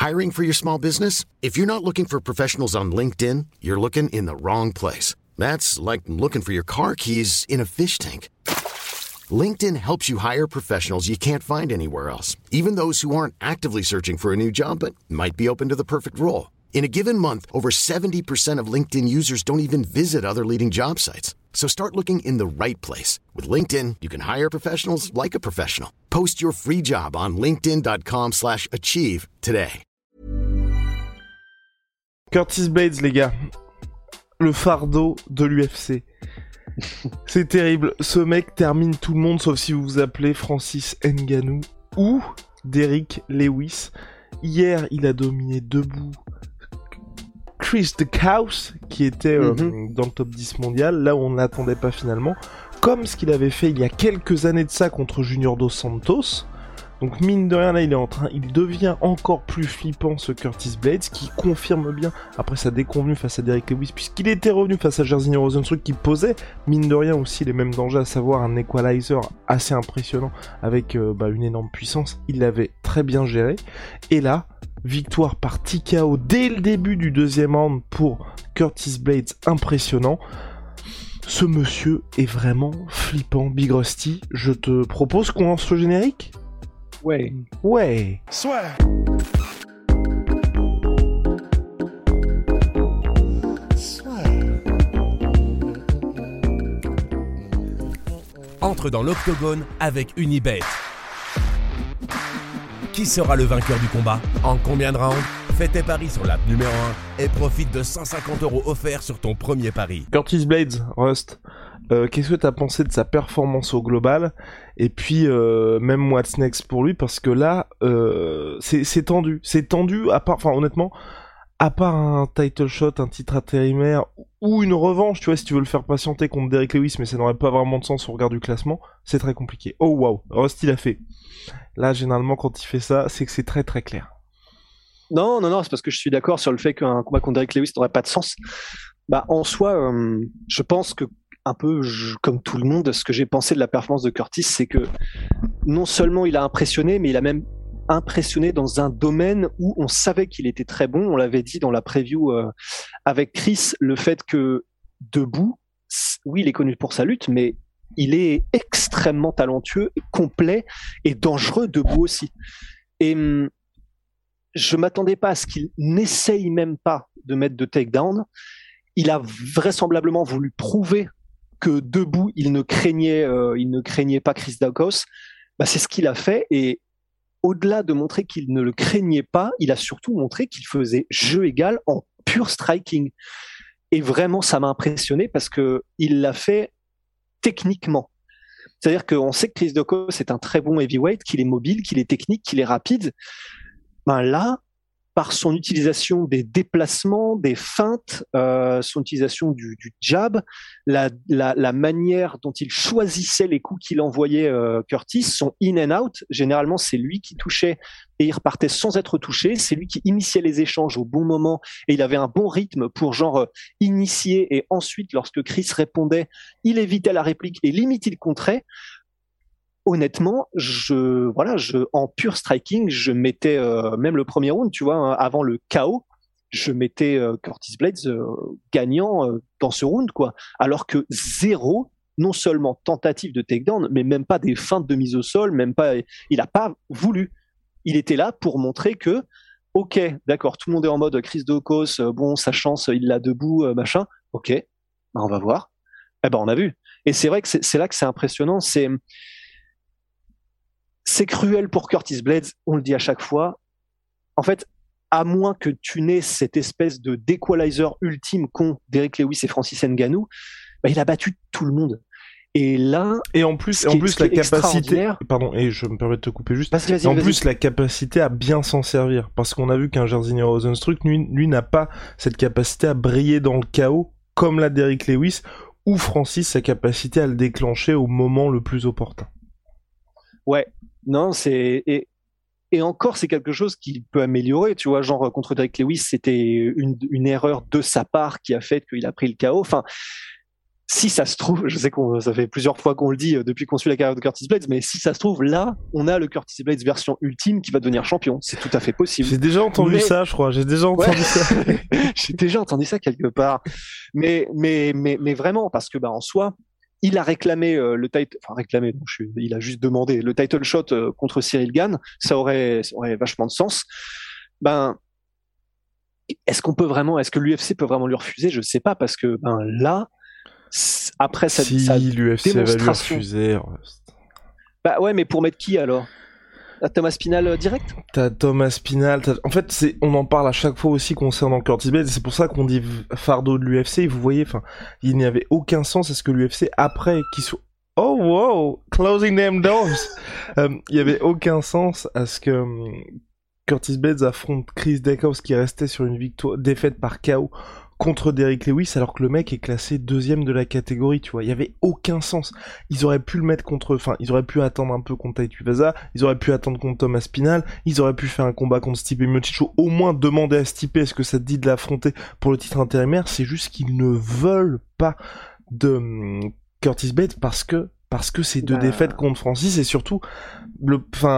Hiring for your small business? If you're not looking for professionals on LinkedIn, you're looking in the wrong place. That's like looking for your car keys in a fish tank. LinkedIn helps you hire professionals you can't find anywhere else, even those who aren't actively searching for a new job but might be open to the perfect role. In a given month, over 70% of LinkedIn users don't even visit other leading job sites. So start looking in the right place. With LinkedIn, you can hire professionals like a professional. Post your free job on linkedin.com/achieve today. Curtis Blades, les gars. Le fardeau de l'UFC. C'est terrible. Ce mec termine tout le monde, sauf si vous vous appelez Francis Ngannou ou Derrick Lewis. Hier, il a dominé debout Chris DeCaus, qui était dans le top 10 mondial, là où on ne l'attendait pas finalement, comme ce qu'il avait fait il y a quelques années de ça contre Junior Dos Santos. Donc mine de rien, là il devient encore plus flippant, ce Curtis Blades, qui confirme bien, après sa déconvenue face à Derrick Lewis, puisqu'il était revenu face à Jairzinho Rozenstruik, qui posait mine de rien aussi les mêmes dangers, à savoir un equalizer assez impressionnant avec une énorme puissance. Il l'avait très bien géré, et là victoire par TKO dès le début du deuxième round pour Curtis Blades, impressionnant. Ce monsieur est vraiment flippant. Big Rusty, je te propose qu'on lance le générique ? Ouais. Soit. Entre dans l'octogone avec Unibet. Qui sera le vainqueur du combat? En combien de rounds? Fais tes paris sur l'app numéro 1 et profite de 150 € offerts sur ton premier pari. Curtis Blades, Rust, qu'est-ce que t'as pensé de sa performance au global? Et puis, même what's next pour lui? Parce que là, c'est tendu. C'est tendu, honnêtement, à part un title shot, un titre intérimaire, ou une revanche, tu vois, si tu veux le faire patienter contre Derrick Lewis, mais ça n'aurait pas vraiment de sens au regard du classement, c'est très compliqué. Oh wow, Rust, il a fait. Là, généralement, quand il fait ça, c'est que c'est très très clair. Non, c'est parce que je suis d'accord sur le fait qu'un combat contre Derrick Lewis n'aurait pas de sens. En soi, je pense que, comme tout le monde, ce que j'ai pensé de la performance de Curtis, c'est que non seulement il a impressionné, mais il a même impressionné dans un domaine où on savait qu'il était très bon. On l'avait dit dans la preview avec Chris, le fait que debout, oui, il est connu pour sa lutte, mais il est extrêmement talentueux, complet et dangereux debout aussi. Et je m'attendais pas à ce qu'il n'essaye même pas de mettre de takedown. Il a vraisemblablement voulu prouver que debout, il ne craignait pas Chris DeCaus. C'est ce qu'il a fait, et au-delà de montrer qu'il ne le craignait pas, il a surtout montré qu'il faisait jeu égal en pur striking. Et vraiment, ça m'a impressionné parce que il l'a fait techniquement. C'est-à-dire qu'on sait que Chris DeCaus est un très bon heavyweight, qu'il est mobile, qu'il est technique, qu'il est rapide. Là, par son utilisation des déplacements, des feintes, son utilisation du jab, la manière dont il choisissait les coups qu'il envoyait Curtis, son in and out, généralement c'est lui qui touchait et il repartait sans être touché, c'est lui qui initiait les échanges au bon moment et il avait un bon rythme pour initier, et ensuite lorsque Chris répondait, il évitait la réplique et limite il contrait. Honnêtement, en pur striking, je mettais même le premier round, tu vois, avant le KO, je mettais Curtis Blades gagnant dans ce round, quoi. Alors que zéro, non seulement tentative de takedown, mais même pas des feintes de mise au sol, même pas, il a pas voulu. Il était là pour montrer que, ok, d'accord, tout le monde est en mode Chris DeCaus, sa chance, il l'a debout, machin. Ok, on va voir. On a vu. Et c'est vrai que c'est là que c'est impressionnant. C'est cruel pour Curtis Blades, on le dit à chaque fois. En fait, à moins que tu n'aies cette espèce de d'equalizer ultime qu'ont Derrick Lewis et Francis Ngannou, il a battu tout le monde. Et là, en plus la capacité, pardon, et je me permets de te couper juste. Vas-y. La capacité à bien s'en servir, parce qu'on a vu qu'un Jairzinho Rozenstruik, lui n'a pas cette capacité à briller dans le chaos comme l'a Derrick Lewis, ou Francis sa capacité à le déclencher au moment le plus opportun. Ouais, non, et encore, c'est quelque chose qu'il peut améliorer, tu vois, contre Derrick Lewis, c'était une erreur de sa part qui a fait qu'il a pris le KO. si ça se trouve, je sais que ça fait plusieurs fois qu'on le dit depuis qu'on suit la carrière de Curtis Blades, mais si ça se trouve, là, on a le Curtis Blades version ultime qui va devenir champion. C'est tout à fait possible. J'ai déjà entendu ça, je crois. J'ai déjà entendu ça. J'ai déjà entendu ça quelque part. Mais vraiment, parce que en soi, il a réclamé le title, enfin réclamé, il a juste demandé le title shot contre Cyril Gane. Ça aurait vachement de sens. Est-ce que l'UFC peut vraiment lui refuser? Je sais pas, parce que là, après sa l'UFC va lui refuser. Bah ouais, mais pour mettre qui alors? Thomas Spinal direct? T'as Thomas Spinal. En fait, on en parle à chaque fois aussi concernant Curtis Blades. C'est pour ça qu'on dit fardeau de l'UFC. Vous voyez, il n'y avait aucun sens à ce que l'UFC, après qu'il soit... Oh wow, closing them doors. Il n'y avait aucun sens à ce que Curtis Blades affronte Chris Daukaus, qui restait sur une défaite par KO contre Derrick Lewis, alors que le mec est classé 2e de la catégorie, tu vois. Il y avait aucun sens. Ils auraient pu le mettre ils auraient pu attendre un peu contre Tai Tuivasa, ils auraient pu attendre contre Thomas Spinal, ils auraient pu faire un combat contre Stipe Miocic, ou au moins demander à Stipe, est-ce que ça te dit de l'affronter pour le titre intérimaire. C'est juste qu'ils ne veulent pas de Curtis Blades parce que c'est 2 défaites contre Francis, et surtout il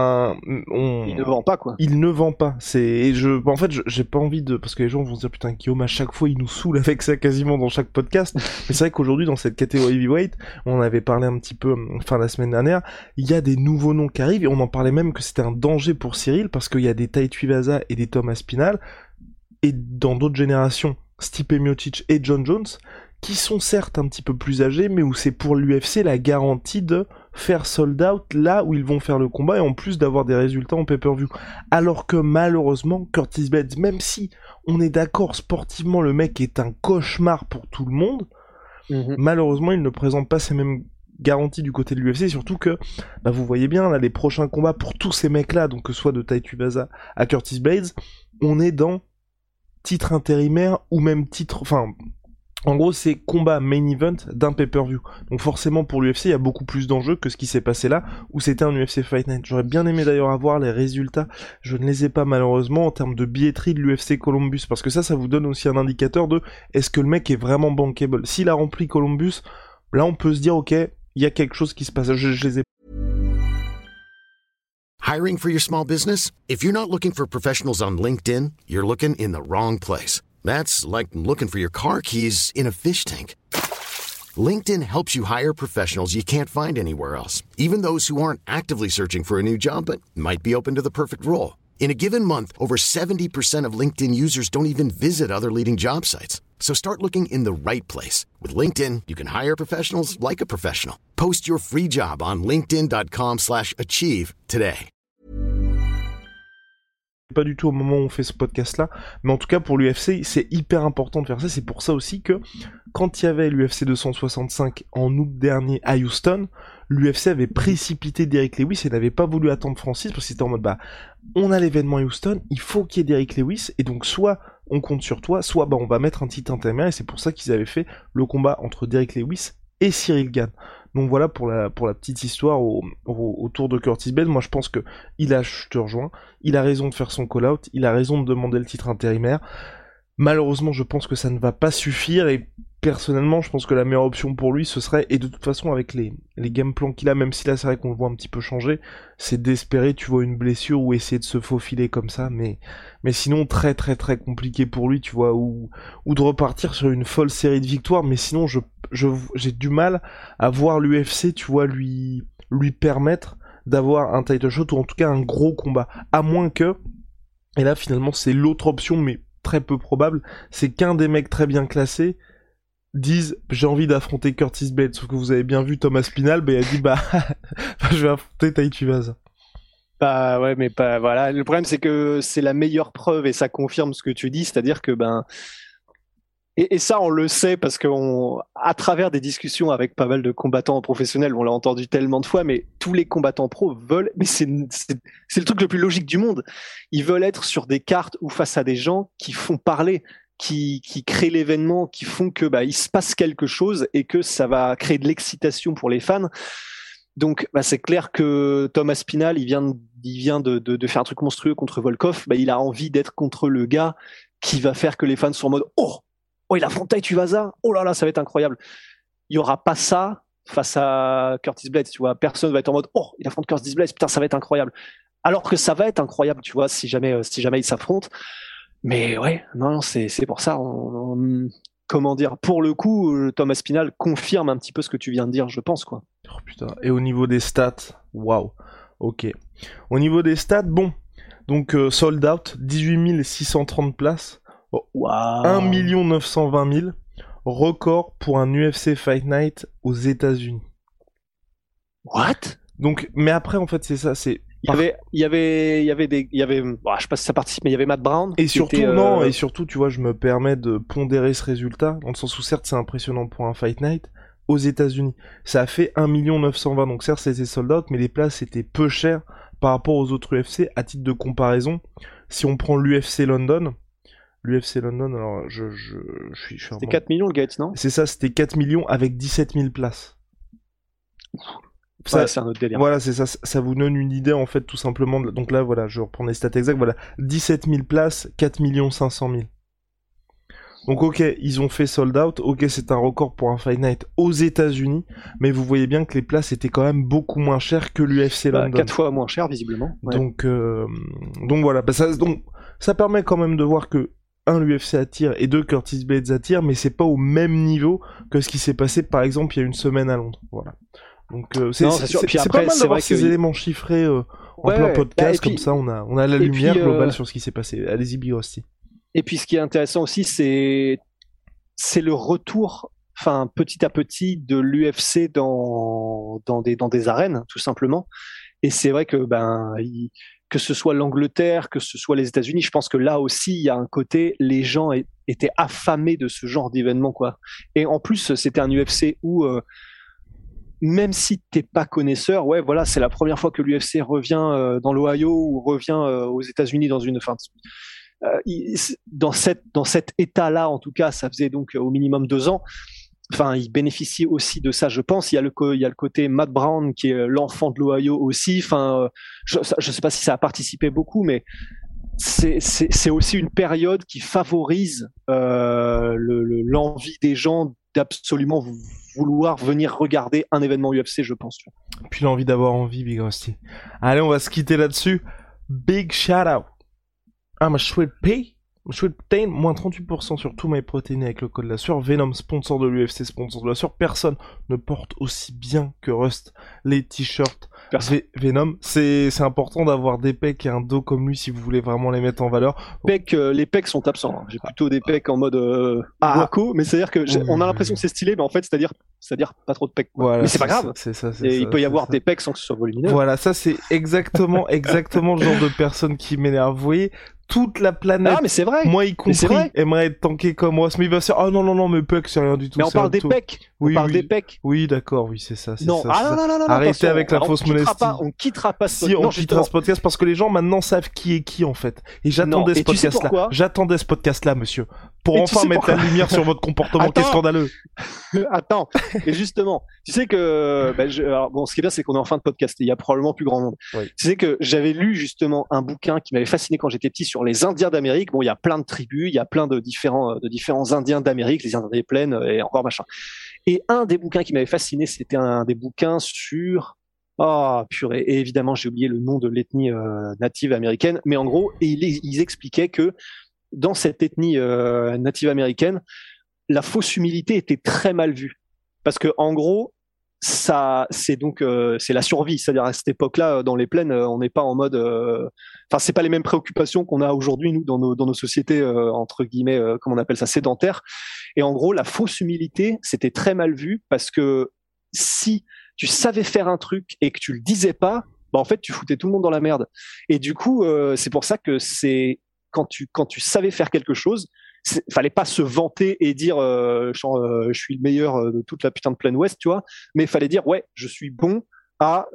ne vend pas, quoi. Il ne vend pas. En fait, j'ai pas envie de, parce que les gens vont se dire, putain, Guillaume, à chaque fois il nous saoule avec ça quasiment dans chaque podcast. Mais c'est vrai qu'aujourd'hui, dans cette catégorie heavyweight, on en avait parlé un petit peu la semaine dernière, il y a des nouveaux noms qui arrivent, et on en parlait même que c'était un danger pour Cyril, parce qu'il y a des Tai Tuivasa et des Thomas Spinal, et dans d'autres générations, Stipe Miocic et John Jones, qui sont certes un petit peu plus âgés, mais où c'est pour l'UFC la garantie de faire sold out là où ils vont faire le combat, et en plus d'avoir des résultats en pay-per-view. Alors que malheureusement, Curtis Blades, même si on est d'accord sportivement, le mec est un cauchemar pour tout le monde, malheureusement il ne présente pas ces mêmes garanties du côté de l'UFC, surtout que, vous voyez bien, là, les prochains combats pour tous ces mecs-là, donc que ce soit de Tai Tuivasa à Curtis Blades, on est dans titre intérimaire, ou même titre, en gros, c'est combat main event d'un pay-per-view. Donc forcément, pour l'UFC, il y a beaucoup plus d'enjeux que ce qui s'est passé là, où c'était un UFC Fight Night. J'aurais bien aimé d'ailleurs avoir les résultats. Je ne les ai pas malheureusement en termes de billetterie de l'UFC Columbus, parce que ça vous donne aussi un indicateur de est-ce que le mec est vraiment bankable. S'il a rempli Columbus, là on peut se dire ok, il y a quelque chose qui se passe. Je les ai. Hiring for your small business? If you're not looking for professionals on LinkedIn, you're looking in the wrong place. That's like looking for your car keys in a fish tank. LinkedIn helps you hire professionals you can't find anywhere else, even those who aren't actively searching for a new job but might be open to the perfect role. In a given month, over 70% of LinkedIn users don't even visit other leading job sites. So start looking in the right place. With LinkedIn, you can hire professionals like a professional. Post your free job on linkedin.com/achieve today. Pas du tout au moment où on fait ce podcast-là, mais en tout cas pour l'UFC, c'est hyper important de faire ça. C'est pour ça aussi que quand il y avait l'UFC 265 en août dernier à Houston, l'UFC avait précipité Derrick Lewis et n'avait pas voulu attendre Francis, parce que c'était en mode on a l'événement à Houston, il faut qu'il y ait Derrick Lewis, et donc soit on compte sur toi, soit on va mettre un titre intérimaire, et c'est pour ça qu'ils avaient fait le combat entre Derrick Lewis et Cyril Gane. Donc voilà pour la petite histoire autour de Curtis Blades. Moi je pense que je te rejoins, il a raison de faire son call-out, il a raison de demander le titre intérimaire. Malheureusement je pense que ça ne va pas suffire, et personnellement je pense que la meilleure option pour lui ce serait, et de toute façon avec les game plans qu'il a, même si là c'est vrai qu'on le voit un petit peu changer, c'est d'espérer, tu vois, une blessure ou essayer de se faufiler comme ça, mais sinon très très très compliqué pour lui, tu vois, ou de repartir sur une folle série de victoires. Mais sinon j'ai du mal à voir l'UFC, tu vois, lui permettre d'avoir un title shot, ou en tout cas un gros combat, à moins que, et là finalement c'est l'autre option mais très peu probable, c'est qu'un des mecs très bien classés disent j'ai envie d'affronter Curtis Blades, sauf que vous avez bien vu Thomas Spinal, il a dit je vais affronter Tai Tuivasa. Ouais, mais voilà. Le problème c'est que c'est la meilleure preuve, et ça confirme ce que tu dis, c'est-à-dire que et ça on le sait parce que à travers des discussions avec pas mal de combattants professionnels, on l'a entendu tellement de fois, mais tous les combattants pros veulent, mais c'est le truc le plus logique du monde, ils veulent être sur des cartes ou face à des gens qui font parler, qui créent l'événement, qui font que il se passe quelque chose et que ça va créer de l'excitation pour les fans. Donc c'est clair que Thomas Spinal, il vient de faire un truc monstrueux contre Volkov, il a envie d'être contre le gars qui va faire que les fans sont en mode oh il affronte Tai Tuivasa, oh là là, ça va être incroyable. il y aura pas ça face à Curtis Blades, tu vois. Personne va être en mode, oh, il affronte Curtis Blades, putain, ça va être incroyable. Alors que ça va être incroyable, tu vois, si jamais ils s'affrontent. Mais ouais, non, c'est pour ça. Comment dire, pour le coup, Thomas Spinal confirme un petit peu ce que tu viens de dire, je pense, quoi. Oh putain. Et au niveau des stats, waouh. Ok. Au niveau des stats, bon. Donc sold out, 18 630 places. Oh, Wow. 1 920 000. Record pour un UFC Fight Night aux États-Unis. What? Donc, mais après, en fait, c'est ça, c'est. Il y avait, bon, je sais pas si ça participe, mais il y avait Matt Brown. Et qui surtout, était, non, et surtout, tu vois, je me permets de pondérer ce résultat, dans le sens où certes, c'est impressionnant pour un Fight Night, aux États-Unis. Ça a fait 1 920 000, donc certes, c'était sold out, mais les places étaient peu chères par rapport aux autres UFC. À titre de comparaison, si on prend l'UFC London, alors, je suis C'était 4 millions le Gates, non? C'est ça, c'était 4 millions avec 17 000 places. Ça, Ouais, c'est un autre délire. Voilà, c'est ça, ça vous donne une idée en fait tout simplement. Donc là, voilà, je reprends les stats exacts. Voilà, 17 000 places, 4 500 000. Donc ok, ils ont fait sold out. Ok, c'est un record pour un Fight Night aux États-Unis, mais vous voyez bien que les places étaient quand même beaucoup moins chères que l'UFC London. 4 fois moins cher visiblement. Ouais. Donc voilà, donc ça permet quand même de voir que l'UFC attire et Curtis Blades attire, mais c'est pas au même niveau que ce qui s'est passé par exemple il y a une semaine à Londres. Voilà. Donc c'est pas mal d'avoir ces éléments chiffrés en plein podcast, comme ça on a la lumière globale sur ce qui s'est passé. Allez-y, Big Rusty. Et puis ce qui est intéressant aussi, c'est le retour, enfin petit à petit, de l'UFC dans des arènes, tout simplement. Et c'est vrai que que ce soit l'Angleterre, que ce soit les États-Unis, je pense que là aussi il y a un côté, les gens étaient affamés de ce genre d'événement, quoi. Et en plus c'était un UFC où même si t'es pas connaisseur, ouais, voilà, c'est la première fois que l'UFC revient dans l'Ohio ou revient aux États-Unis dans une, dans cet état-là, en tout cas, ça faisait donc au minimum 2 ans. Enfin, il bénéficie aussi de ça, je pense. Il y a le côté Matt Brown qui est l'enfant de l'Ohio aussi. Enfin, je sais pas si ça a participé beaucoup, mais c'est aussi une période qui favorise l'envie des gens d'absolument vouloir venir regarder un événement UFC, je pense. Puis l'envie d'avoir envie, Big Rusty. Allez, on va se quitter là-dessus. Big shout out à ma chouette paye. Ma chouette paye, moins 38% sur tous mes protéines avec le code de la sueur. Venom, sponsor de l'UFC, sponsor de la sueur. Personne ne porte aussi bien que Rust les t-shirts Venom. C'est important d'avoir des pecs et un dos comme lui si vous voulez vraiment les mettre en valeur. Les pecs sont absents. J'ai plutôt des pecs en mode Waco, mais c'est-à-dire que on a l'impression que c'est stylé, mais en fait, c'est-à-dire pas trop de pecs. Voilà, mais c'est pas grave. Il peut y avoir des pecs sans que ce soit volumineux. Voilà, ça c'est exactement le genre de personne qui m'énerve. Vous voyez, toute la planète, mais c'est vrai. Moi y compris, aimerait être tanké comme Ross, mais il va se dire, oh non, mes pecs, c'est rien du tout. Mais on parle des pecs. Oui, on parle des pecs. Oui, d'accord, oui, c'est ça. Non, non. Arrêtez avec la fausse modestie. On quittera pas ce podcast. Si, on quittera ce podcast parce que les gens maintenant savent qui est qui, en fait. Et j'attendais ce podcast-là. J'attendais ce podcast-là, monsieur. Pour enfin mettre la lumière sur votre comportement qui est scandaleux. Attends. Et justement, tu sais que, ce qui est bien, c'est qu'on est en fin de podcast et il y a probablement plus grand monde. Oui. Tu sais que j'avais lu justement un bouquin qui m'avait fasciné quand j'étais petit sur les Indiens d'Amérique. Bon, il y a plein de tribus, il y a plein de différents Indiens d'Amérique, les Indiens des plaines et encore machin. Et un des bouquins qui m'avait fasciné, c'était un des bouquins sur, purée. Et évidemment, j'ai oublié le nom de l'ethnie native américaine, mais en gros, ils expliquaient que dans cette ethnie native américaine, la fausse humilité était très mal vue. Parce que, en gros, ça, c'est la survie. C'est-à-dire, à cette époque-là, dans les plaines, on n'est pas en mode, c'est pas les mêmes préoccupations qu'on a aujourd'hui, nous, dans nos sociétés, entre guillemets, comment on appelle ça, sédentaires. Et en gros, la fausse humilité, c'était très mal vu parce que si tu savais faire un truc et que tu le disais pas, en fait, tu foutais tout le monde dans la merde. Et du coup, c'est pour ça que quand tu savais faire quelque chose, fallait pas se vanter et dire je suis le meilleur de toute la putain de plaine ouest, tu vois, mais fallait dire je suis bon à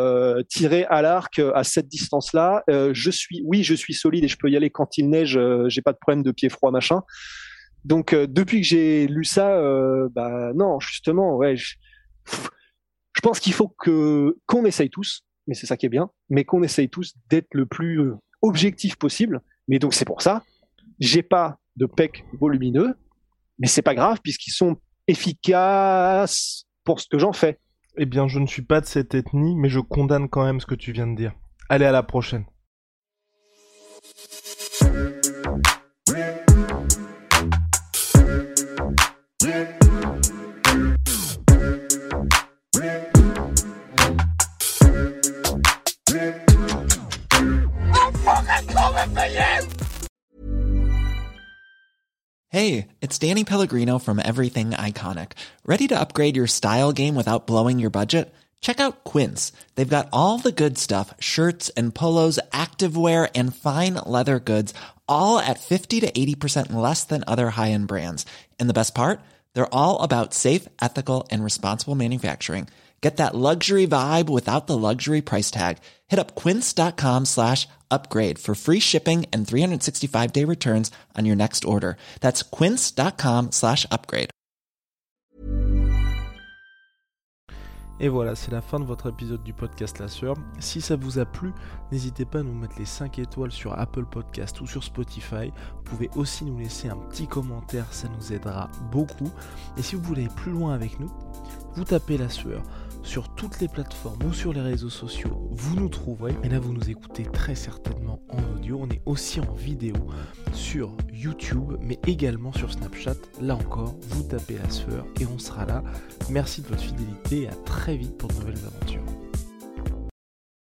tirer à l'arc à cette distance-là. Je suis solide et je peux y aller quand il neige. J'ai pas de problème de pied froid, machin. Donc depuis que j'ai lu ça, non, justement, je pense qu'il faut qu'on essaye tous, mais c'est ça qui est bien, mais qu'on essaye tous d'être le plus objectif possible. Mais donc c'est pour ça, j'ai pas de pecs volumineux, mais c'est pas grave puisqu'ils sont efficace pour ce que j'en fais. Eh bien, je ne suis pas de cette ethnie, mais je condamne quand même ce que tu viens de dire. Allez, à la prochaine. Hey, it's Danny Pellegrino from Everything Iconic. Ready to upgrade your style game without blowing your budget? Check out Quince. They've got all the good stuff, shirts and polos, activewear, and fine leather goods, all at 50 to 80% less than other high-end brands. And the best part? They're all about safe, ethical, and responsible manufacturing. Get that luxury vibe without the luxury price tag. Hit up quince.com/upgrade for free shipping and 365-day returns on your next order. That's quince.com/upgrade. Et voilà, c'est la fin de votre épisode du podcast La Sueur. Si ça vous a plu, n'hésitez pas à nous mettre les 5 étoiles sur Apple Podcast ou sur Spotify. Vous pouvez aussi nous laisser un petit commentaire, ça nous aidera beaucoup. Et si vous voulez aller plus loin avec nous, vous tapez La Sueur sur toutes les plateformes ou sur les réseaux sociaux, vous nous trouverez. Et là, vous nous écoutez très certainement en audio. On est aussi en vidéo sur YouTube, mais également sur Snapchat. Là encore, vous tapez La Sueur et on sera là. Merci de votre fidélité et à très vite pour de nouvelles aventures.